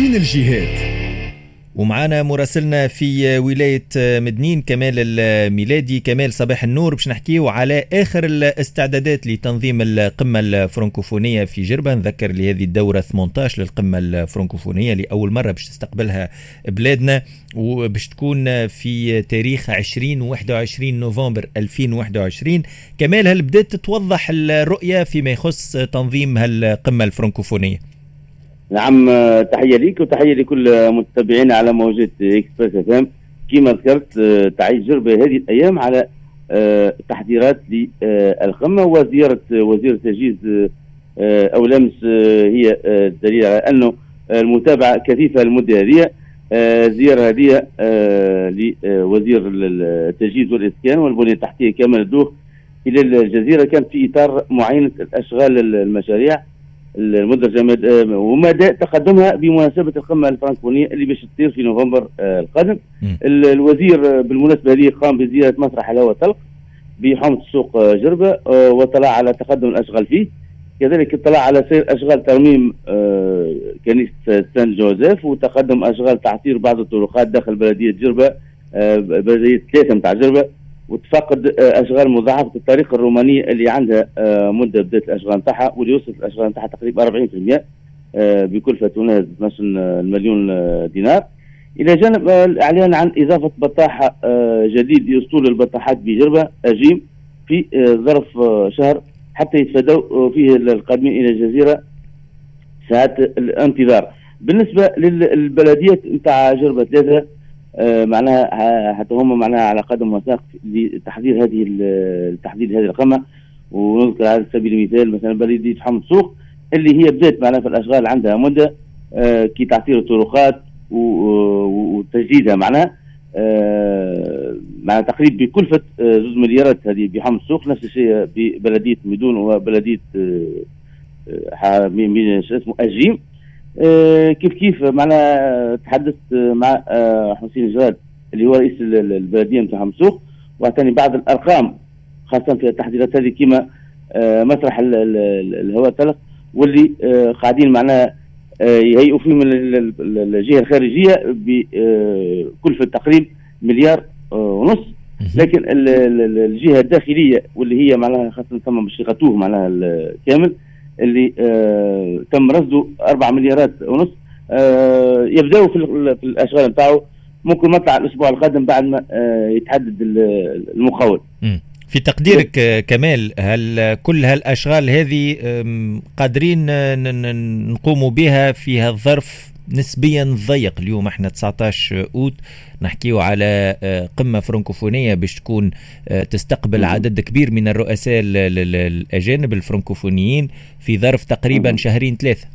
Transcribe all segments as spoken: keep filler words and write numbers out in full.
بين الجهات. ومعنا مراسلنا في ولاية مدنين كمال الميلادي. كمال صباح النور، باش نحكيو على آخر الاستعدادات لتنظيم القمة الفرنكوفونية في جربة. نذكر لهذه الدورة ثمانية عشر للقمة الفرنكوفونية لأول مرة باش تستقبلها بلادنا، وباش تكون في تاريخ عشرين وواحد وعشرين نوفمبر ألفين وواحد وعشرين. كمال، هل بدأت تتوضح الرؤية فيما يخص تنظيم هالقمة الفرنكوفونية؟ نعم، تحية ليك وتحية لكل متابعينا على موجة إكسبريس اف ام. كما ذكرت تعيش جربة هذه الأيام على تحضيرات للقمة وزيارة وزير التجهيز أو لمس هي دليل على أنه المتابعة كثيفة المدة هذه. زيارة هذه لوزير التجهيز والإسكان والبنية التحتية كامل الدوخ إلى الجزيرة كانت في إطار معاينة الأشغال المشاريع المدرجة ومدى تقدمها بمناسبة القمة الفرنكوفونية اللي باش تصير في نوفمبر القادم. الوزير بالمناسبة هذه قام بزيارة مسرح الهواء طلق بحومة السوق جربة واطلع على تقدم الأشغال فيه. كذلك اطلع على سير أشغال ترميم كنيسة سان جوزيف وتقدم أشغال تعطير بعض الطرقات داخل بلدية جربة، بلدية ثلاثة متاع جربة، وتفقد اشغال مضاعفه الطريق الرومانيه اللي عندها مده بدات الاشغال نتاعها واللي وصلت الاشغال نتاعها تقريبا أربعين بالمئة بكلفه تناهز اثني عشر مليون دينار. الى جانب الاعلان عن اضافه بطاحه جديد لاسطول البطاحات بجربه اجيم في ظرف شهر حتى يتفادوا فيه القادمين الى الجزيره ساعات الانتظار. بالنسبه للبلديات نتاع جربه ثلاثه آه معناها حتى هم معناها على قدم وساق لتحضير هذه التحضير هذه القمة. ونذكر على سبيل المثال مثلا بلدية حمد سوق اللي هي بدات معناها في الاشغال عندها مده آه كي تعطير الطرقات وتجديدها معناها آه مع تقريبا بكلفه آه زوج مليارات هذه بحمد سوق. نفس الشيء ببلديه ميدون وبلديه آه شو اسمه اجيم. آه كيف كيف معنا تحدثت مع آه حسين الجراد اللي هو رئيس البلديه نتاع حمصوق واعطاني بعض الارقام خاصه في التحضيرات هذه كما آه مسرح الهواء الطلق واللي آه قاعدين معناها آه يهيئوا فيه من الجهه الخارجيه بكلفه تقريبا مليار آه ونص. لكن الجهه الداخليه واللي هي معناها خاصه ثم باش يغطوه معناها كامل اللي آه تم رصده أربعة مليارات ونص. آه يبداوا في, في الاشغال نتاعو ممكن مطلع الاسبوع القادم بعد ما آه يتحدد المقاول. في تقديرك كمال، هل كل هالاشغال هذه قادرين نقوموا بها في هذا الظرف نسبيا ضيق؟ اليوم احنا تسعة عشر أوت نحكيو على قمة فرنكوفونية باش تكون تستقبل عدد كبير من الرؤساء الأجانب الفرنكوفونيين في ظرف تقريبا شهرين ثلاثة.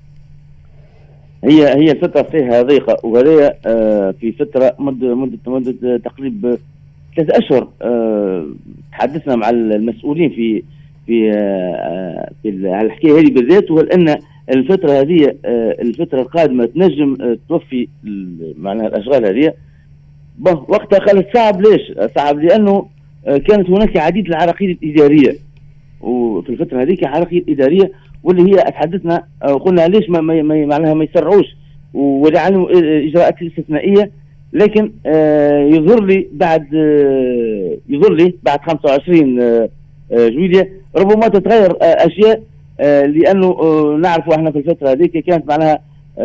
هي هي الفترة فيها ضيقة وهذا في فترة مدة مدة مدة تقريبا ثلاثة أشهر. تحدثنا مع المسؤولين في في في الحكاية هذه بالذات، ولأن الفترة هذه الفترة القادمة تنجم توفي معناها الأشغال هذه وقتها قالت صعب. ليش صعب؟ لأنه كانت هناك عديد العراقيل الإدارية وفي الفترة هذه عراقيل إدارية واللي هي تحدثنا وقلنا ليش ما معناها ما يسرعوش ولعلم إجراءات استثنائية. لكن يظهر لي بعد يظهر لي بعد خمسة وعشرين جويلية ربما تتغير أشياء، لأنه نعرف احنا في الفترة هذه كانت معناها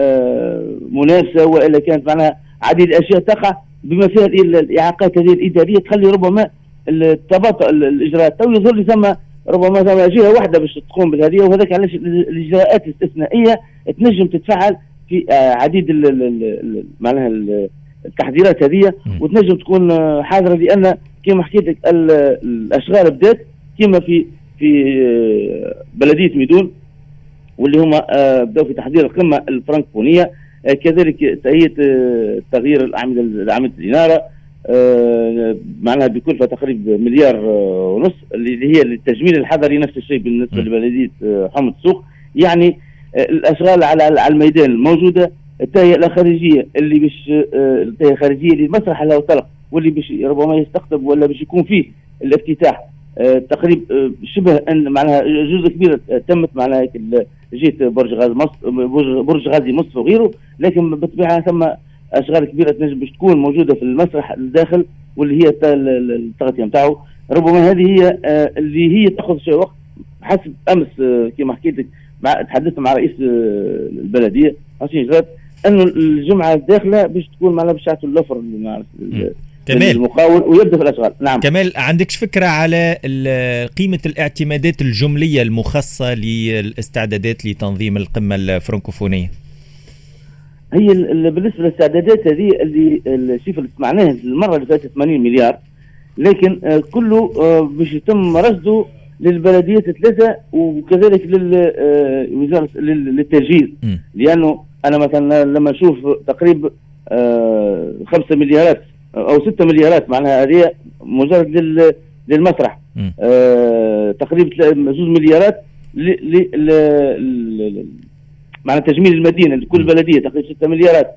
منافسة وإلا كانت معناها عديد الأشياء تقع بما فيها الإعاقات هذه الإدارية تخلي ربما التباطؤ الإجراءات. تو يظهر لي ثم ربما ثم جهة واحدة باش تقوم بهذه، وهذاك علاش الإجراءات الاستثنائية تنجم تتفعل في عديد معناها التحضيرات هذه وتنجم تكون حاضرة، لأن كما حكيت لك الأشغال بدات كما في في بلدية ميدون واللي هم بدأوا في تحضير القمة الفرنكوفونية. كذلك تهيئة تغيير الأعمدة الأعمدة الإنارة معناها بكلفة تقريبا مليار ونص اللي هي للتجميل الحضري. نفس الشيء بالنسبة لبلدية حمد السوق. يعني الأشغال على الميدان الموجودة. التهيئة الخارجية اللي باش التهيئة الخارجية لمسرح الهواء الطلق واللي باش ربما يستقطب ولا باش يكون فيه الافتتاح تقريبا شبه ان معناها جزء كبير تمت معناها جهه برج غاز مصر، برج غازي مصر وغيره، لكن بالطبيعه ثم اشغال كبيره تنجم باش تكون موجوده في المسرح الداخل واللي هي التغطيه نتاعو. ربما هذه هي اللي هي تاخذ شويه وقت. حسب امس كما حكيت لك مع تحدثت مع رئيس البلديه حسين جرات انه الجمعه الداخله باش تكون معنا باش يعطوا الاوفر مع المقاول ويبدا في الاشغال. نعم كمال، عندكش فكره على قيمه الاعتمادات الجمليه المخصصه للاستعدادات لتنظيم القمه الفرنكوفونيه؟ هي بالنسبه للاستعدادات هذه اللي شوف اللي سمعناه المره اللي فاتت ثمانين مليار، لكن كله باش يتم رصده للبلديات الثلاثه وكذلك للوزاره للتجهيز. لانه انا مثلا لما اشوف تقريبا خمسة مليارات او ستة مليارات معناها هذه مجرد للمسرح، تقريبا زوج مليارات معناها تجميل المدينه لكل بلديه تقريبا ستة مليارات.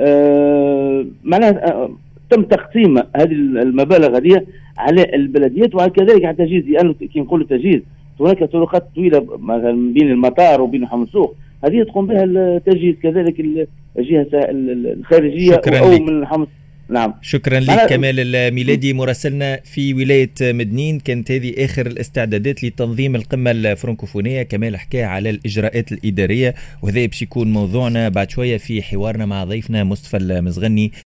معناها تم تقسيم هذه المبالغ هذه على البلديات وكذلك على التجهيز، لانه كي نقولوا تجهيز هناك طرقات طويله مثلا بين المطار وبين حمص السوق، هذه تقوم بها التجهيز كذلك الجهه الخارجيه او من حمص. نعم شكرا لك كمال الميلادي مراسلنا في ولاية مدنين. كانت هذه آخر الاستعدادات لتنظيم القمة الفرنكوفونية. كمال حكى على الإجراءات الإدارية وهذا باش يكون موضوعنا بعد شوية في حوارنا مع ضيفنا مصطفى المزغني.